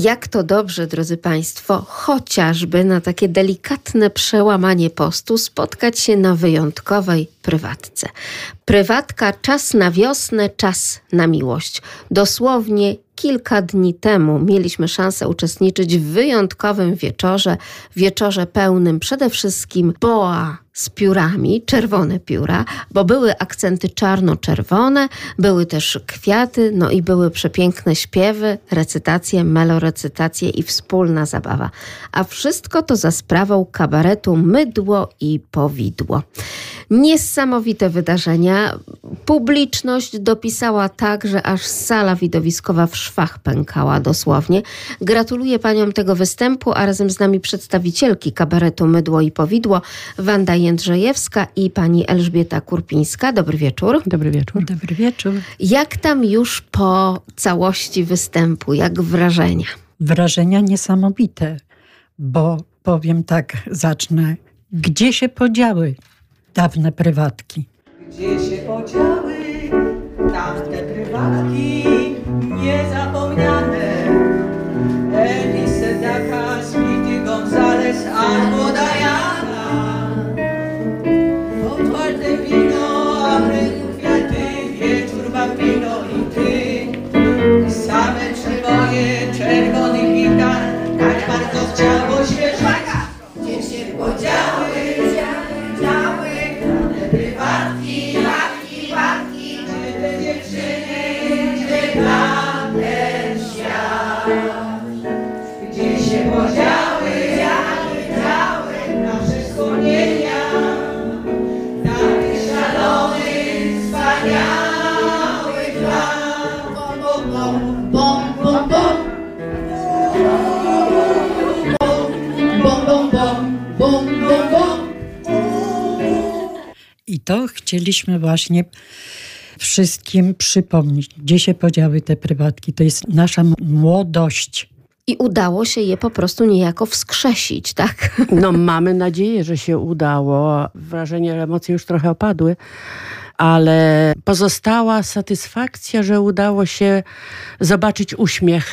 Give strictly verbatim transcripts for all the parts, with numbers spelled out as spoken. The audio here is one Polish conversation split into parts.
Jak to dobrze, drodzy Państwo, chociażby na takie delikatne przełamanie postu spotkać się na wyjątkowej prywatce. Prywatka czas na wiosnę, czas na miłość. Dosłownie kilka dni temu mieliśmy szansę uczestniczyć w wyjątkowym wieczorze, wieczorze pełnym przede wszystkim boa z piórami, czerwone pióra, bo były akcenty czarno-czerwone, były też kwiaty, no i były przepiękne śpiewy, recytacje, melorecytacje i wspólna zabawa. A wszystko to za sprawą kabaretu Mydło i Powidło. Niesamowite wydarzenia. Publiczność dopisała tak, że aż sala widowiskowa w szwach pękała dosłownie. Gratuluję paniom tego występu, a razem z nami przedstawicielki kabaretu Mydło i Powidło, Wanda Jędrzejewska i pani Elżbieta Kurpińska. Dobry wieczór. Dobry wieczór. Dobry wieczór. Jak tam już po całości występu? Jak wrażenia? Wrażenia niesamowite, bo powiem tak, zacznę. Gdzie się podziały dawne prywatki? Gdzie się podziały tamte prywatki niezapomniane? Elvis Sedaka, Speedy Gonzales albo Diana. Otwarte wino, a w rynku kwiaty, wieczór bambino i ty. Same przeboje czerwonych gitar, tak bardzo chciało się żaka. Gdzie się podziały działy tamte prywatki, babki, babki, gdzie te dziewczyny, gdzie tamten świat. Gdzie się podziały, działy, działy nasze wspomnienia, takich szalonych, wspaniałych lat. Bom, bom, bom, bom, bom. Bom, bom, bom, bom, bom, bom. I to chcieliśmy właśnie wszystkim przypomnieć, gdzie się podziały te prywatki. To jest nasza młodość. I udało się je po prostu niejako wskrzesić, tak? No mamy nadzieję, że się udało. Wrażenie, że emocje już trochę opadły, ale pozostała satysfakcja, że udało się zobaczyć uśmiech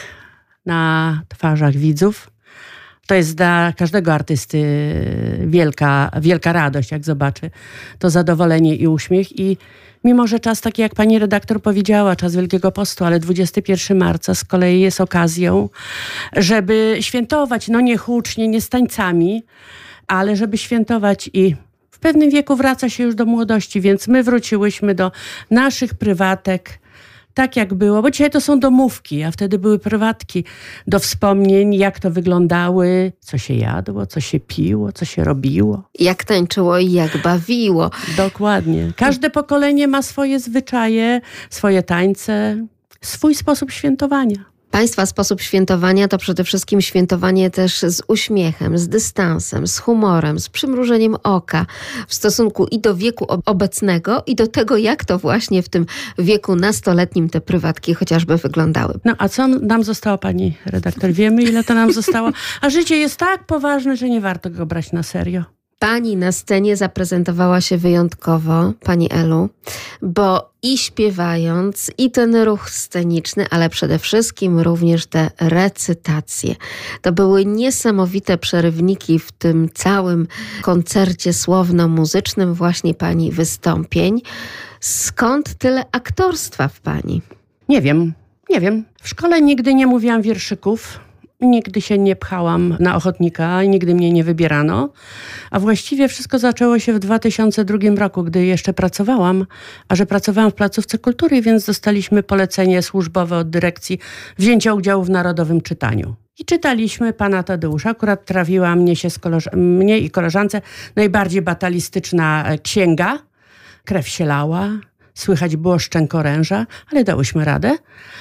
na twarzach widzów. To jest dla każdego artysty wielka, wielka radość, jak zobaczy to zadowolenie i uśmiech. I mimo, że czas taki, jak pani redaktor powiedziała, czas Wielkiego Postu, ale dwudziestego pierwszego marca z kolei jest okazją, żeby świętować, no nie hucznie, nie z tańcami, ale żeby świętować i w pewnym wieku wraca się już do młodości, więc my wróciłyśmy do naszych prywatek, tak jak było, bo dzisiaj to są domówki, a wtedy były prywatki do wspomnień, jak to wyglądały, co się jadło, co się piło, co się robiło. Jak tańczyło i jak bawiło. Dokładnie. Każde pokolenie ma swoje zwyczaje, swoje tańce, swój sposób świętowania. Państwa sposób świętowania to przede wszystkim świętowanie też z uśmiechem, z dystansem, z humorem, z przymrużeniem oka w stosunku i do wieku obecnego i do tego, jak to właśnie w tym wieku nastoletnim te prywatki chociażby wyglądały. No a co nam zostało, pani redaktor? Wiemy, ile to nam zostało? A życie jest tak poważne, że nie warto go brać na serio. Pani na scenie zaprezentowała się wyjątkowo, pani Elu, bo i śpiewając, i ten ruch sceniczny, ale przede wszystkim również te recytacje. To były niesamowite przerywniki w tym całym koncercie słowno-muzycznym właśnie pani wystąpień. Skąd tyle aktorstwa w pani? Nie wiem, nie wiem. W szkole nigdy nie mówiłam wierszyków. Nigdy się nie pchałam na ochotnika, nigdy mnie nie wybierano, a właściwie wszystko zaczęło się w dwa tysiące drugim roku, gdy jeszcze pracowałam, a że pracowałam w placówce kultury, więc dostaliśmy polecenie służbowe od dyrekcji wzięcia udziału w Narodowym Czytaniu. I czytaliśmy pana Tadeusza. Akurat trafiła mnie, się z koleż- mnie i koleżance najbardziej batalistyczna księga. Krew się lała, słychać było szczęk oręża, ale dałyśmy radę.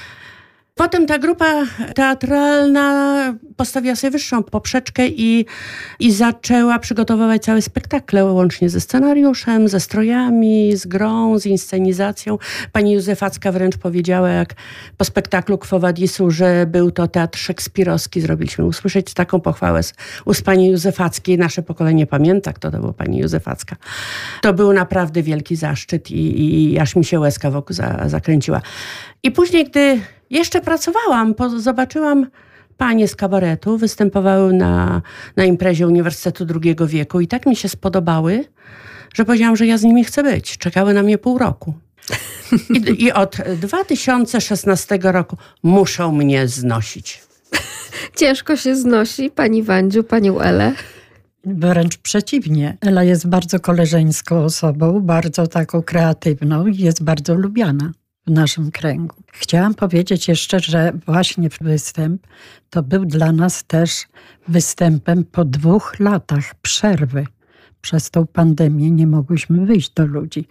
Potem ta grupa teatralna postawiła sobie wyższą poprzeczkę i, i zaczęła przygotowywać całe spektakle, łącznie ze scenariuszem, ze strojami, z grą, z inscenizacją. Pani Józefacka wręcz powiedziała, jak po spektaklu Quo Vadisu, że był to teatr szekspirowski. Zrobiliśmy usłyszeć taką pochwałę z ust pani Józefackiej. Nasze pokolenie pamięta, kto to była pani Józefacka. To był naprawdę wielki zaszczyt i, i aż mi się łezka wokół za, zakręciła. I później, gdy jeszcze pracowałam, zobaczyłam panie z kabaretu występowały na, na imprezie Uniwersytetu drugiego wieku i tak mi się spodobały, że powiedziałam, że ja z nimi chcę być. Czekały na mnie pół roku. I, i od dwa tysiące szesnastego roku muszą mnie znosić. Ciężko się znosi pani Wandziu, panią Elę? Wręcz przeciwnie. Ela jest bardzo koleżeńską osobą, bardzo taką kreatywną i jest bardzo lubiana w naszym kręgu. Chciałam powiedzieć jeszcze, że właśnie występ to był dla nas też występem po dwóch latach przerwy. Przez tą pandemię nie mogłyśmy wyjść do ludzi.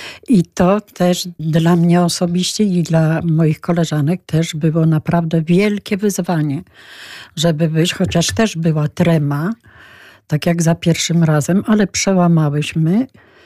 I to też dla mnie osobiście i dla moich koleżanek też było naprawdę wielkie wyzwanie, żeby wyjść, chociaż też była trema, tak jak za pierwszym razem, ale przełamałyśmy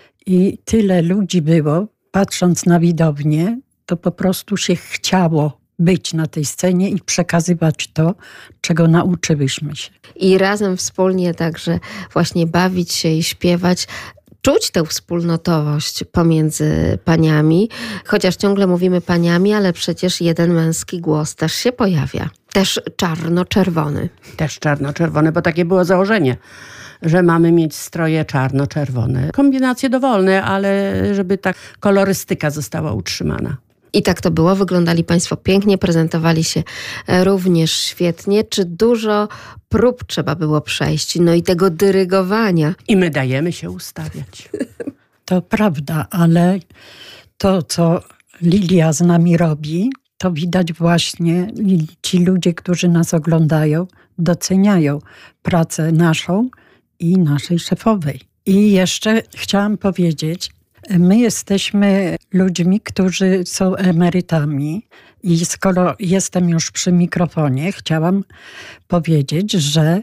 i tyle ludzi było, patrząc na widownię, to po prostu się chciało być na tej scenie i przekazywać to, czego nauczyłyśmy się. I razem wspólnie także właśnie bawić się i śpiewać, czuć tę wspólnotowość pomiędzy paniami, chociaż ciągle mówimy paniami, ale przecież jeden męski głos też się pojawia. Też czarno-czerwony. Też czarno-czerwony, bo takie było założenie, że mamy mieć stroje czarno-czerwone. Kombinacje dowolne, ale żeby ta kolorystyka została utrzymana. I tak to było. Wyglądali państwo pięknie, prezentowali się również świetnie. Czy dużo prób trzeba było przejść? No i tego dyrygowania. I my dajemy się ustawiać. To prawda, ale to, co Lilia z nami robi, to widać właśnie, ci ludzie, którzy nas oglądają, doceniają pracę naszą i naszej szefowej. I jeszcze chciałam powiedzieć, my jesteśmy ludźmi, którzy są emerytami i skoro jestem już przy mikrofonie, chciałam powiedzieć, że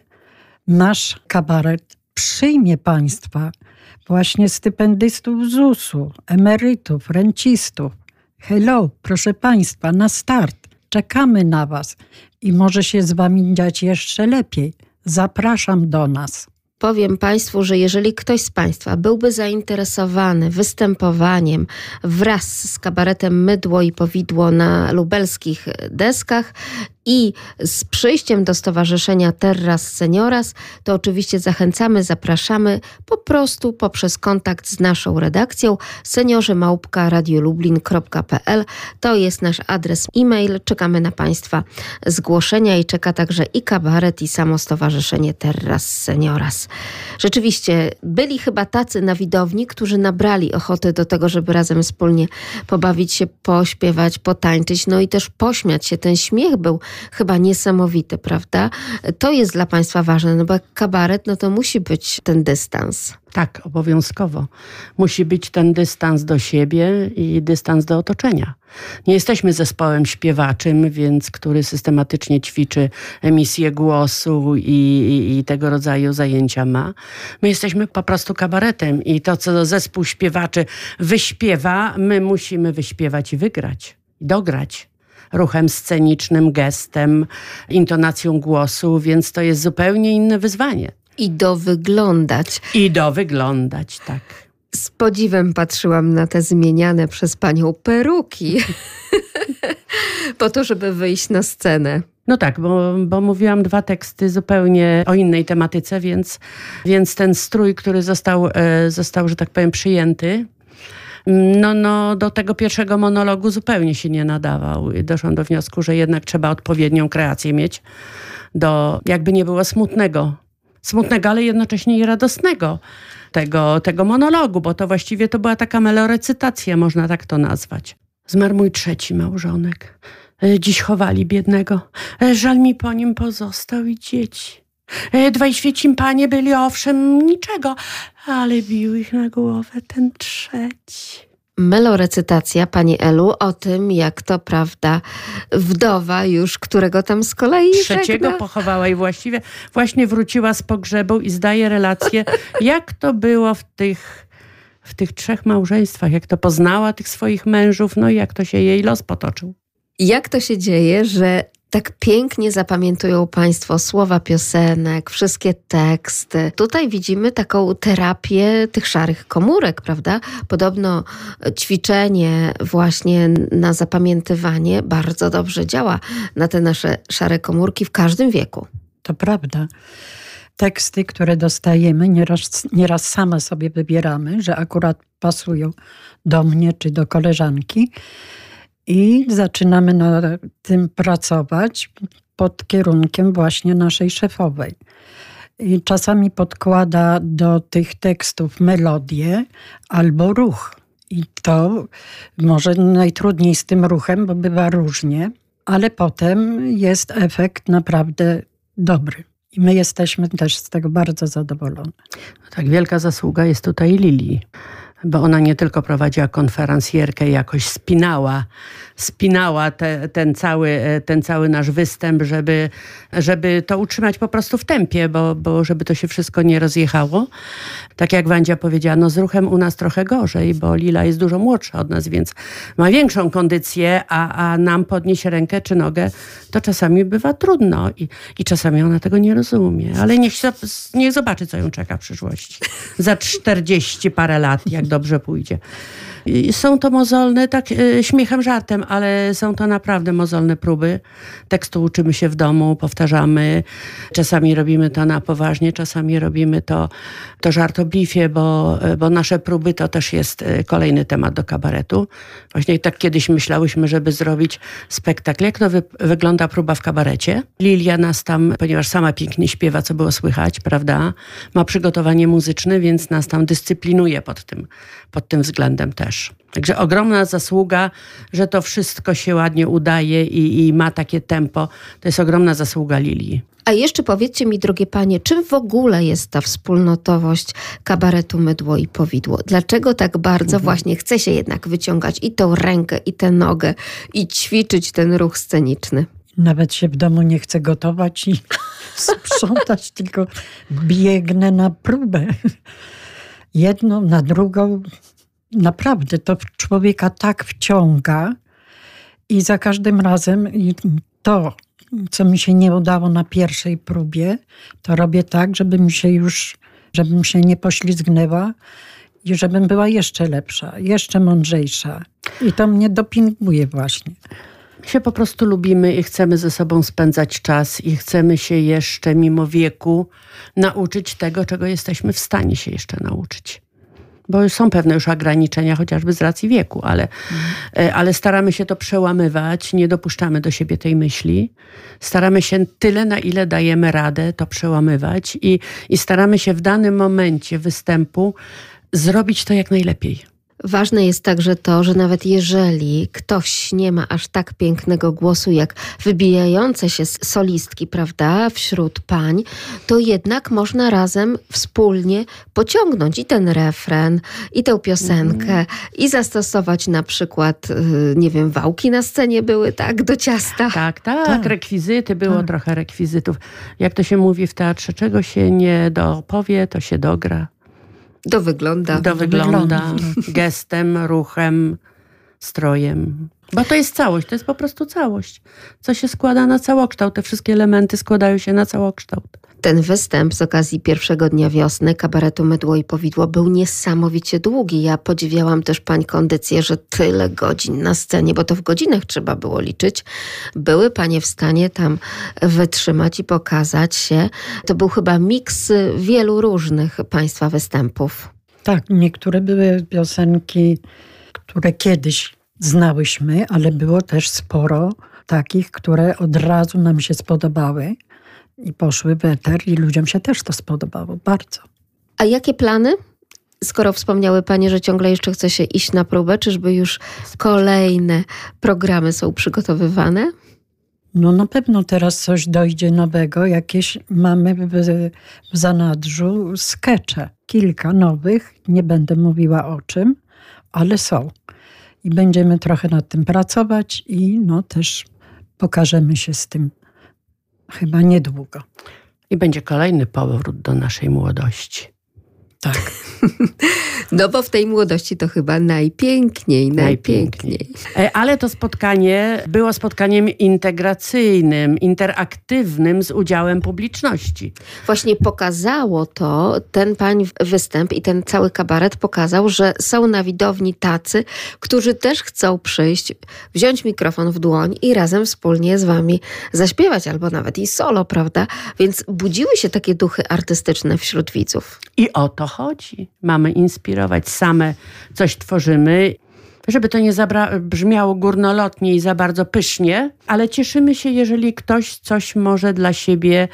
nasz kabaret przyjmie państwa, właśnie stypendystów z zusu, emerytów, rencistów. Hello, proszę państwa, na start. Czekamy na was i może się z wami dziać jeszcze lepiej. Zapraszam do nas. Powiem państwu, że jeżeli ktoś z państwa byłby zainteresowany występowaniem wraz z kabaretem Mydło i Powidło na lubelskich deskach i z przyjściem do Stowarzyszenia Terras Senioras, to oczywiście zachęcamy, zapraszamy po prostu poprzez kontakt z naszą redakcją seniorzy małpka radiolublin kropka p l. To jest nasz adres e-mail. Czekamy na państwa zgłoszenia i czeka także i kabaret, i samo Stowarzyszenie Terras Senioras. Rzeczywiście byli chyba tacy na widowni, którzy nabrali ochoty do tego, żeby razem wspólnie pobawić się, pośpiewać, potańczyć, no i też pośmiać się. Ten śmiech był chyba niesamowity, prawda? To jest dla państwa ważne, no bo jak kabaret, no to musi być ten dystans. Tak, obowiązkowo. Musi być ten dystans do siebie i dystans do otoczenia. Nie jesteśmy zespołem śpiewaczym, więc który systematycznie ćwiczy emisję głosu i, i, i tego rodzaju zajęcia ma. My jesteśmy po prostu kabaretem i to, co zespół śpiewaczy wyśpiewa, my musimy wyśpiewać i wygrać, dograć. Ruchem scenicznym, gestem, intonacją głosu, więc to jest zupełnie inne wyzwanie. I dowyglądać. I dowyglądać, tak. Z podziwem patrzyłam na te zmieniane przez panią peruki po to, żeby wyjść na scenę. No tak, bo, bo mówiłam dwa teksty zupełnie o innej tematyce, więc, więc ten strój, który został, e, został, że tak powiem, przyjęty, No, no, do tego pierwszego monologu zupełnie się nie nadawał. Doszłam do wniosku, że jednak trzeba odpowiednią kreację mieć do, jakby nie było smutnego, smutnego, ale jednocześnie i radosnego tego, tego monologu, bo to właściwie to była taka melorecytacja, można tak to nazwać. Zmarł mój trzeci małżonek. Dziś chowali biednego. Żal mi po nim pozostał i dzieci. Dwaj świecim panie byli owszem niczego, ale bił ich na głowę ten trzeci. Melorecytacja, pani Elu, o tym, jak to, prawda, wdowa już, którego tam z kolei Trzeciego żegna. Pochowała i właściwie właśnie wróciła z pogrzebu i zdaje relację, jak to było w tych, w tych trzech małżeństwach, jak to poznała tych swoich mężów, no i jak to się jej los potoczył. Jak to się dzieje, że Tak pięknie zapamiętują Państwo słowa piosenek, wszystkie teksty. Tutaj widzimy taką terapię tych szarych komórek, prawda? Podobno ćwiczenie właśnie na zapamiętywanie bardzo dobrze działa na te nasze szare komórki w każdym wieku. To prawda. Teksty, które dostajemy, nieraz, nieraz same sobie wybieramy, że akurat pasują do mnie czy do koleżanki. I zaczynamy nad tym pracować pod kierunkiem właśnie naszej szefowej. I czasami podkłada do tych tekstów melodię albo ruch. I to może najtrudniej z tym ruchem, bo bywa różnie, ale potem jest efekt naprawdę dobry. I my jesteśmy też z tego bardzo zadowolone. Tak, wielka zasługa jest tutaj Lilii, bo ona nie tylko prowadziła konferencjerkę, jakoś spinała, spinała te, ten, cały, ten cały nasz występ, żeby, żeby to utrzymać po prostu w tempie, bo, bo żeby to się wszystko nie rozjechało. Tak jak Wandzia powiedziała, no z ruchem u nas trochę gorzej, bo Lila jest dużo młodsza od nas, więc ma większą kondycję, a, a nam podnieść rękę czy nogę, to czasami bywa trudno i, i czasami ona tego nie rozumie. Ale niech, niech zobaczy, co ją czeka w przyszłości. Za czterdzieści parę lat, jak dobrze pójdzie. I są to mozolne, tak e, śmiechem, żartem, ale są to naprawdę mozolne próby. Tekstu uczymy się w domu, powtarzamy. Czasami robimy to na poważnie, czasami robimy to, to żartobliwie, bo, bo nasze próby to też jest kolejny temat do kabaretu. Właśnie tak kiedyś myślałyśmy, żeby zrobić spektakl. Jak to wy, wygląda próba w kabarecie? Lilia nas tam, ponieważ sama pięknie śpiewa, co było słychać, prawda? Ma przygotowanie muzyczne, więc nas tam dyscyplinuje pod tym, pod tym względem też. Także ogromna zasługa, że to wszystko się ładnie udaje i, i ma takie tempo. To jest ogromna zasługa Lilii. A jeszcze powiedzcie mi, drogie panie, czym w ogóle jest ta wspólnotowość kabaretu Mydło i Powidło? Dlaczego tak bardzo mhm. właśnie chce się jednak wyciągać i tą rękę, i tę nogę, i ćwiczyć ten ruch sceniczny? Nawet się w domu nie chcę gotować i sprzątać, tylko biegnę na próbę. Jedną na drugą. Naprawdę to człowieka tak wciąga i za każdym razem to, co mi się nie udało na pierwszej próbie, to robię tak, żeby mi się już, żebym się nie poślizgnęła i żebym była jeszcze lepsza, jeszcze mądrzejsza. I to mnie dopinguje właśnie. My się po prostu lubimy i chcemy ze sobą spędzać czas i chcemy się jeszcze mimo wieku nauczyć tego, czego jesteśmy w stanie się jeszcze nauczyć. Bo są pewne już ograniczenia, chociażby z racji wieku, ale, mm. ale staramy się to przełamywać, nie dopuszczamy do siebie tej myśli. Staramy się tyle, na ile dajemy radę, to przełamywać i, i staramy się w danym momencie występu zrobić to jak najlepiej. Ważne jest także to, że nawet jeżeli ktoś nie ma aż tak pięknego głosu jak wybijające się solistki, prawda, wśród pań, to jednak można razem wspólnie pociągnąć i ten refren, i tę piosenkę, mm. i zastosować na przykład, nie wiem, wałki na scenie były, tak, do ciasta. Tak, tak, tak. rekwizyty, było tak. trochę rekwizytów. Jak to się mówi w teatrze, czego się nie dopowie, to się dogra. Do wygląda. Do wygląda, gestem, ruchem, strojem. Bo to jest całość, to jest po prostu całość. Co się składa na całokształt. Te wszystkie elementy składają się na całokształt. Ten występ z okazji pierwszego dnia wiosny kabaretu Mydło i Powidło był niesamowicie długi. Ja podziwiałam też pań kondycję, że tyle godzin na scenie, bo to w godzinach trzeba było liczyć. Były panie w stanie tam wytrzymać i pokazać się. To był chyba miks wielu różnych państwa występów. Tak, niektóre były piosenki, które kiedyś znałyśmy, ale było też sporo takich, które od razu nam się spodobały. I poszły w eter i ludziom się też to spodobało bardzo. A jakie plany? Skoro wspomniały panie, że ciągle jeszcze chce się iść na próbę, czyżby już kolejne programy są przygotowywane? No na pewno teraz coś dojdzie nowego. Jakieś mamy w, w zanadrzu skecze. Kilka nowych. Nie będę mówiła o czym, ale są. I będziemy trochę nad tym pracować i no też pokażemy się z tym chyba niedługo. I będzie kolejny powrót do naszej młodości. Tak. No bo w tej młodości to chyba najpiękniej, najpiękniej. najpiękniej. Ale to spotkanie było spotkaniem integracyjnym, interaktywnym z udziałem publiczności. Właśnie pokazało to, ten pań występ i ten cały kabaret pokazał, że są na widowni tacy, którzy też chcą przyjść, wziąć mikrofon w dłoń i razem wspólnie z wami zaśpiewać, albo nawet i solo, prawda? Więc budziły się takie duchy artystyczne wśród widzów. I o to chodzi. Mamy inspirować, same coś tworzymy, żeby to nie zabra- brzmiało górnolotnie i za bardzo pysznie, ale cieszymy się, jeżeli ktoś coś może dla siebie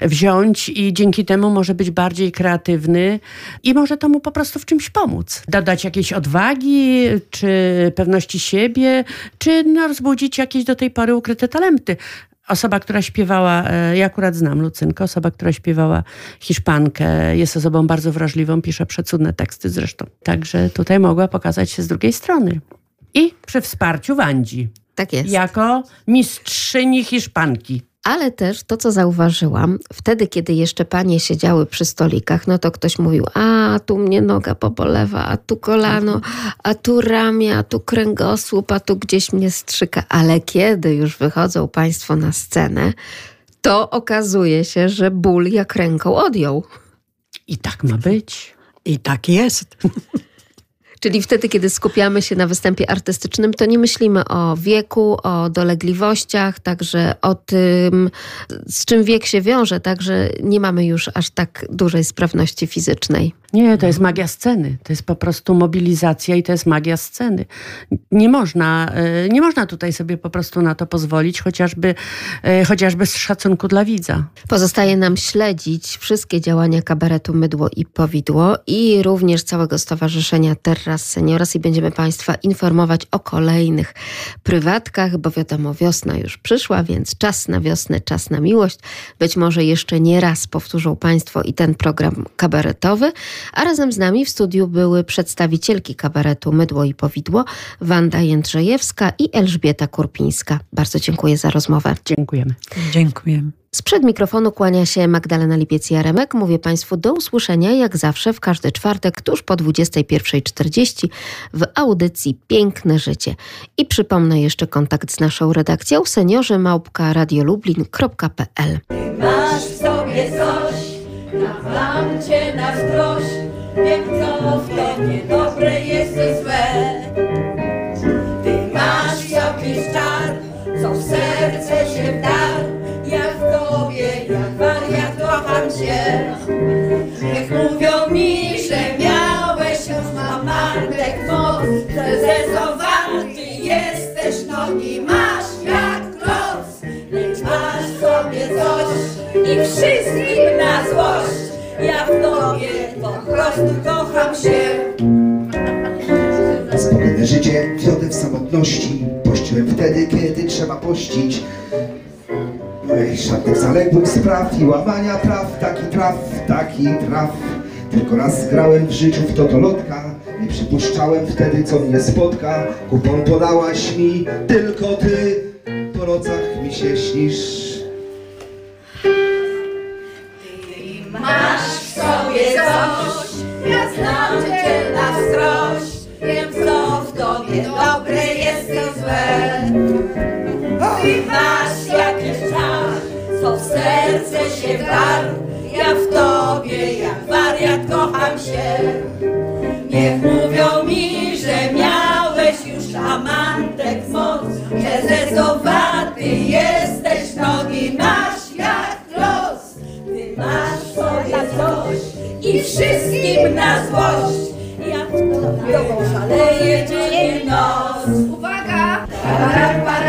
wziąć i dzięki temu może być bardziej kreatywny i może to mu po prostu w czymś pomóc. Dodać jakiejś odwagi, czy pewności siebie, czy no, rozbudzić jakieś do tej pory ukryte talenty. Osoba, która śpiewała, ja akurat znam Lucynkę, osoba, która śpiewała Hiszpankę, jest osobą bardzo wrażliwą, pisze przecudne teksty zresztą. Także tutaj mogła pokazać się z drugiej strony. I przy wsparciu Wandzi. Tak jest. Jako mistrzyni Hiszpanki. Ale też to, co zauważyłam, wtedy, kiedy jeszcze panie siedziały przy stolikach, no to ktoś mówił, a tu mnie noga pobolewa, a tu kolano, a tu ramię, a tu kręgosłup, a tu gdzieś mnie strzyka. Ale kiedy już wychodzą państwo na scenę, to okazuje się, że ból jak ręką odjął. I tak ma być. I tak jest. Czyli wtedy, kiedy skupiamy się na występie artystycznym, to nie myślimy o wieku, o dolegliwościach, także o tym, z czym wiek się wiąże, także nie mamy już aż tak dużej sprawności fizycznej. Nie, to jest magia sceny. To jest po prostu mobilizacja i to jest magia sceny. Nie można, nie można tutaj sobie po prostu na to pozwolić, chociażby, chociażby z szacunku dla widza. Pozostaje nam śledzić wszystkie działania kabaretu Mydło i Powidło i również całego Stowarzyszenia Terras Senioras i będziemy państwa informować o kolejnych prywatkach, bo wiadomo, wiosna już przyszła, więc czas na wiosnę, czas na miłość. Być może jeszcze nie raz powtórzą państwo i ten program kabaretowy, a razem z nami w studiu były przedstawicielki kabaretu Mydło i Powidło, Wanda Jędrzejewska i Elżbieta Kurpińska. Bardzo dziękuję za rozmowę. Dziękujemy. Dziękujemy. Sprzed mikrofonu kłania się Magdalena Lipiec-Jaremek. Mówię państwu do usłyszenia jak zawsze w każdy czwartek tuż po dwudziestej pierwszej czterdzieści w audycji Piękne Życie. I przypomnę jeszcze kontakt z naszą redakcją seniorzy małpka radiolublin kropka p l. Masz w sobie coś, nazwam cię na wskroś. Wiem, co w tobie dobre jest i złe. Ty masz jakiś czar, co w serce się wdarł. Ja w tobie, jak wariat, kocham cię. Niech mówią mi, że miałeś już mamanek moc, że zezowany jesteś, nogi masz jak kloc. Lecz masz w sobie coś i wszystkim na złość. Ja w tobie po prostu kocham się. Spokojne życie wiodę w samotności. Pościłem wtedy, kiedy trzeba pościć. Ej, żadnych zaległych spraw i łamania praw. Taki traf, taki traf. Tylko raz grałem w życiu w totolotka. Nie przypuszczałem wtedy, co mnie spotka. Kupon podałaś mi, tylko ty po nocach mi się śnisz. Masz w sobie coś, ja znam cię na wskroś. Wiem, co w tobie dobre jest i złe. Ty masz jakiś czar, co w serce się wdarł. Ja w tobie jak wariat kocham się. Niech mówią mi, że miałeś już amantek moc, że zezowaty jesteś, nogi masz jak los. Ty masz w sobie coś i wszystkim na złość. Jak to szaleje dzień i noc. Uwaga! Para, para.